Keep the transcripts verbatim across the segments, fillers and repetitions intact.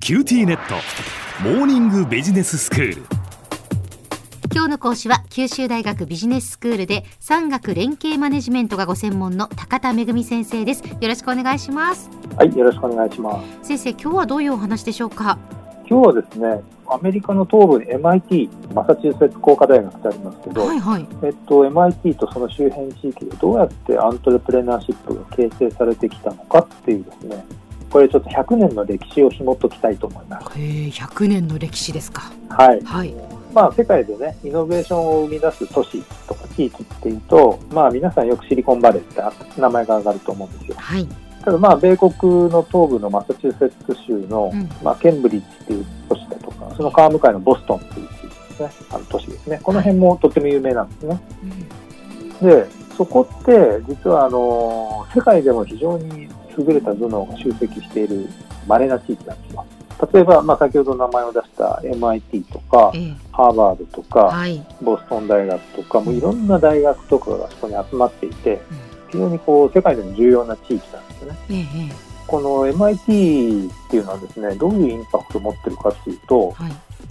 キューティーネットモーニングビジネススクール。 今日の講師は九州大学ビジネススクールで産学連携マネジメントがご専門の高田恵先生です。よろしくお願いします。 はい、よろしくお願いします。 先生、今日はどういうお話でしょうか？ 今日はですね、アメリカの東部に エムアイティー マサチューセッツ工科大学ってありますけど、 はいはい、 えっと、エムアイティー とその周辺地域でどうやってアントレプレナーシップが形成されてきたのかっていうですね、これちょっとひゃくねんの歴史を紐解きたいと思います。 へー、ひゃくねんの歴史ですか？ はい、 はい。 まあ、世界でね、イノベーションを生み出す都市とか地域っていうと、まあ、皆さんよくシリコンバレーって名前が上がると思うんですよ。 はい。 ただまあ米国の東部のマサチューセッツ州の、うんまあ、ケンブリッジっていう都市だとか、その川向かいのボストンっていう地域ですね、あの都市ですね。この辺もとても有名なんですね。うん、で、そこって実はあの世界でも非常に優れた頭脳が集積している稀な地域なんですよ。例えば、まあ、先ほど名前を出した エムアイティー とか、えー、ハーバードとか、はい、ボストン大学とか、もういろんな大学とかがそこに集まっていて、うん、非常にこう世界でも重要な地域なんですよね。えー、この エムアイティー っていうのはですね、どういうインパクトを持ってるかっていうと、はい、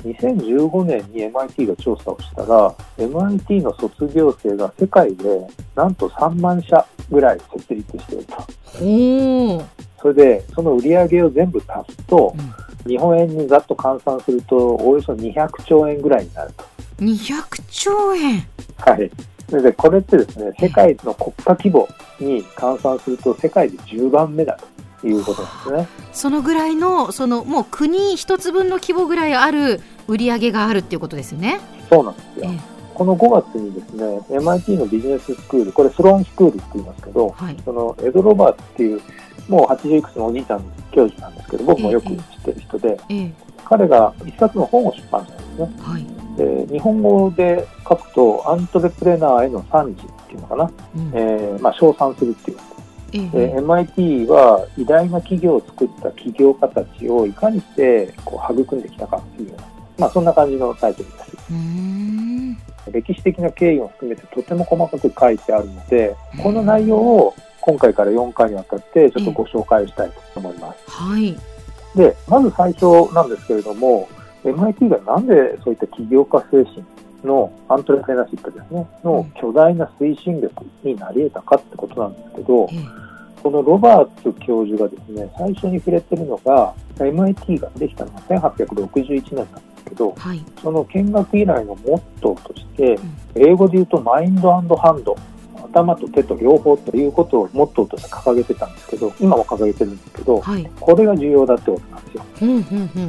にせんじゅうごねんに エムアイティー が調査をしたら エムアイティー の卒業生が世界でなんとさんまんしゃぐらい設立していると。 おー。 それでその売り上げを全部足すと、うん、日本円にざっと換算するとおよそにひゃくちょうえんぐらいになると。 にひゃくちょうえん。 はい。それでこれってですね、世界の国家規模に換算すると世界でじゅうばんめだということなんですね。 そのぐらいの、そのもう国一つ分の規模ぐらいある売り上げがあるっていうことですよね。 そうなんですよ。ええ、このごがつにですね、エムアイティー のビジネススクール、これスローンスクールって言いますけど、はい、そのエド・ロバーツっていうもうはちじゅういくつのおじいちゃん教授なんですけど、僕もよく知ってる人で、えええ、彼が一冊の本を出版したんですね。はい、で日本語で書くとアントレプレナーへの賛辞っていうのかな、うん、えーまあ、称賛するっていうこと、ええ、エムアイティー は偉大な企業を作った起業家たちをいかにしてこう育んできたかっていうような、まあ、そんな感じのタイトルです。うーん、歴史的な経緯を含めてとても細かく書いてあるので、この内容を今回からよんかいにわたってちょっとご紹介したいと思います。 はい。 で、まず最初なんですけれども、エムアイティー がなんでそういった起業家精神のアントレプレナーシップですねの巨大な推進力になり得たかってことなんですけど、うん、このロバーツ教授がですね、最初に触れてるのが エムアイティー ができたのがせんはっぴゃくろくじゅういちねんなんですけど、はい、その見学以来のモットーとして、うん、英語で言うとマインド&ハンド、頭と手と両方ということをモットーとして掲げてたんですけど、今も掲げてるんですけど、はい、これが重要だってことなんですよ。うんうんうん、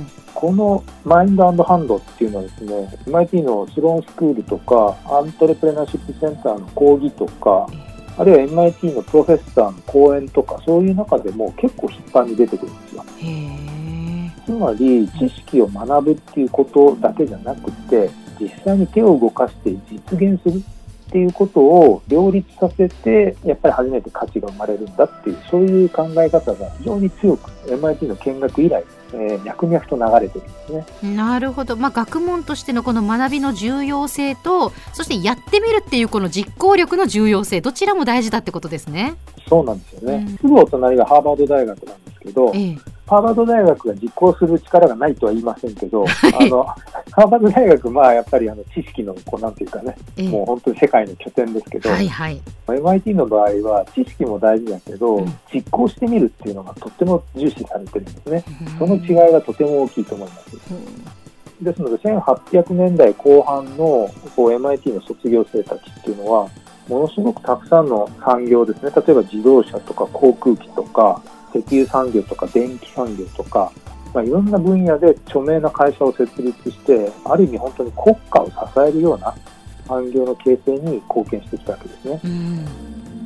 このマインド&ハンドっていうのはですね、エムアイティー のスローンスクールとかアントレプレナーシップセンターの講義とか、あるいは エムアイティー のプロフェッサーの講演とか、そういう中でも結構頻繁に出てくるんですよ。へー。つまり知識を学ぶっていうことだけじゃなくて、実際に手を動かして実現するっていうことを両立させて、やっぱり初めて価値が生まれるんだっていう、そういう考え方が非常に強く エムアイティー の見学以来、えー、脈々と流れてるんですね。 なるほど、まあ、学問としてのこの学びの重要性と、そしてやってみるっていうこの実行力の重要性、どちらも大事だってことですね。 そうなんですよね、うん、すぐお隣がハーバード大学なんですけど、ええ、ハーバード大学が実行する力がないとは言いませんけど、あのハーバード大学、まあやっぱりあの知識のこうなんていうかね、ええ、もう本当に世界の拠点ですけど、はいはい、エムアイティー の場合は知識も大事だけど、うん、実行してみるっていうのがとっても重視されてるんですね。うん、その違いがとても大きいと思います。うん、ですのでせんはっぴゃくねんだいこう半のこう エムアイティー の卒業生たちっていうのはものすごくたくさんの産業ですね、例えば自動車とか航空機とか石油産業とか電気産業とか、まあ、いろんな分野で著名な会社を設立して、ある意味本当に国家を支えるような産業の形成に貢献してきたわけですね。うん、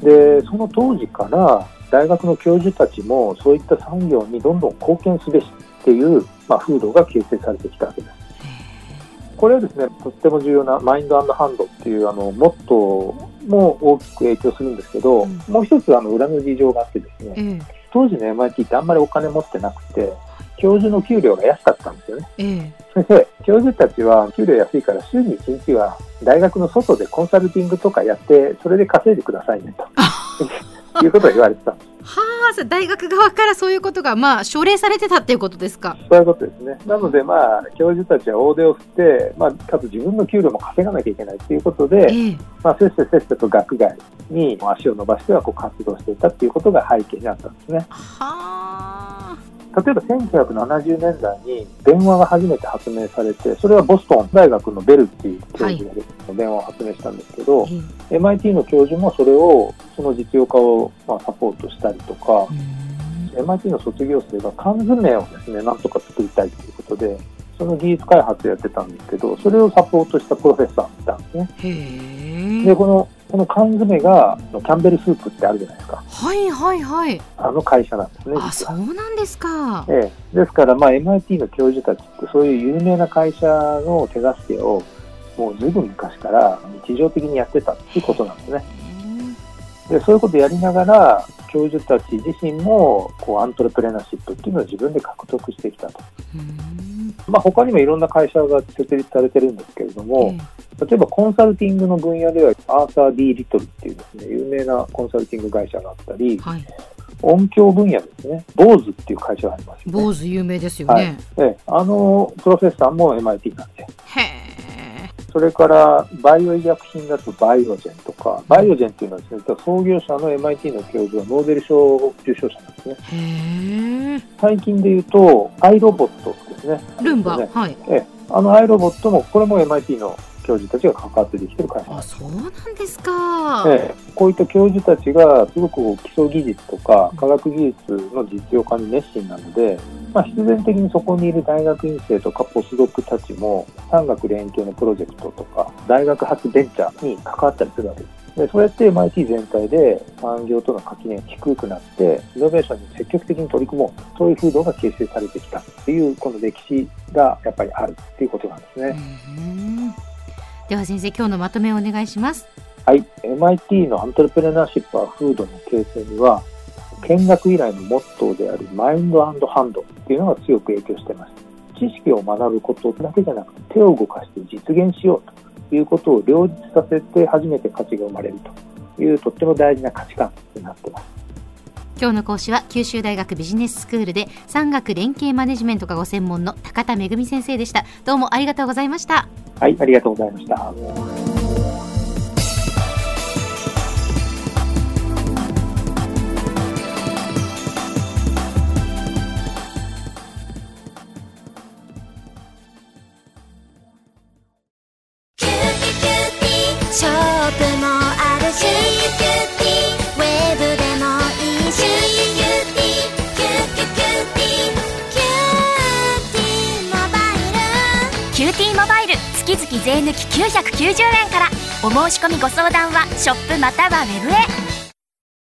で、その当時から大学の教授たちもそういった産業にどんどん貢献すべしっていう、まあ、風土が形成されてきたわけです。これはですね、とっても重要なマインド&ハンドっていうあのモットーも大きく影響するんですけど、うん、もう一つあの裏の事情があってですね、うん、当時の エムアイティー ってあんまりお金持ってなくて、教授の給料が安かったんですよね。うん、先生、教授たちは給料安いから週にいちにちは大学の外でコンサルティングとかやって、それで稼いでくださいねということが言われてたんです。 はあ、大学側からそういうことが、まあ、奨励されてたっていうことですか。 そういうことですね。なので、まあ、教授たちは大手を振って、まあ、かつ自分の給料も稼がなきゃいけないということで、えーまあ、せっせせっせと学外に足を伸ばしてはこう活動していたっていうことが背景にあったんですね。は例えばせんきゅうひゃくななじゅうねんだいに電話が初めて発明されて、それはボストン大学のベルっていう教授が電話を発明したんですけど、はい、エムアイティー の教授もそれをその実用化をまあサポートしたりとか、エムアイティー の卒業生が缶詰をですねなんとか作りたいということで、その技術開発をやってたんですけど、それをサポートしたプロフェッサーがいたんですね。へでこのこの缶詰がキャンベルスープってあるじゃないですか。 はいはいはい。 あの会社なんですね。 あ、そうなんですか。 ええ、ですから、まあ、エムアイティー の教授たちってそういう有名な会社の手助けをもうずいぶん昔から日常的にやってたっていうことなんですね。でそういうことをやりながら教授たち自身もこうアントレプレナーシップっていうのを自分で獲得してきたと。まあ、他にもいろんな会社が設立されてるんですけれども、例えばコンサルティングの分野ではアーサー・ディー・リトルっていうですね有名なコンサルティング会社があったり、はい、音響分野ですね、ボーズっていう会社がありますよね。 ボーズ有名ですよね。 はい、えあのプロフェッサーも エムアイティー なんで。へー。 それからバイオ医薬品だとバイオジェンとか、バイオジェンっていうのはですね、創業者の エムアイティー の教授はノーベル賞受賞者なんですね。へー。最近で言うとアイロボットですね。 ルンバ、ね、はい。 えあのアイロボットもこれも エムアイティー の教授たちが関わってできている会社なんです。 あ、そうなんですか。 ええ、こういった教授たちがすごく基礎技術とか科学技術の実用化に熱心なので、まあ、必然的にそこにいる大学院生とかポスドクたちも産学連携のプロジェクトとか大学発ベンチャーに関わったりするわけです。でそうやって エムアイティー 全体で産業との垣根が低くなってイノベーションに積極的に取り組もう、そういう風土が形成されてきたっていうこの歴史がやっぱりあるっていうことなんですね。 うん、では先生、今日のまとめをお願いします。 はい、エムアイティー のアントレプレナーシップは風土の形成には見学以来のモットーであるマインド&ハンドっていうのが強く影響しています。知識を学ぶことだけじゃなくて手を動かして実現しようということを両立させて初めて価値が生まれるというとっても大事な価値観になっています。 今日の講師は九州大学ビジネススクールで産学連携マネジメントがご専門の高田恵先生でした。どうもありがとうございました。 はい、ありがとうございました。 月々税抜ききゅうひゃくきゅうじゅうえんから。お申し込みご相談はショップまたはウェブへ。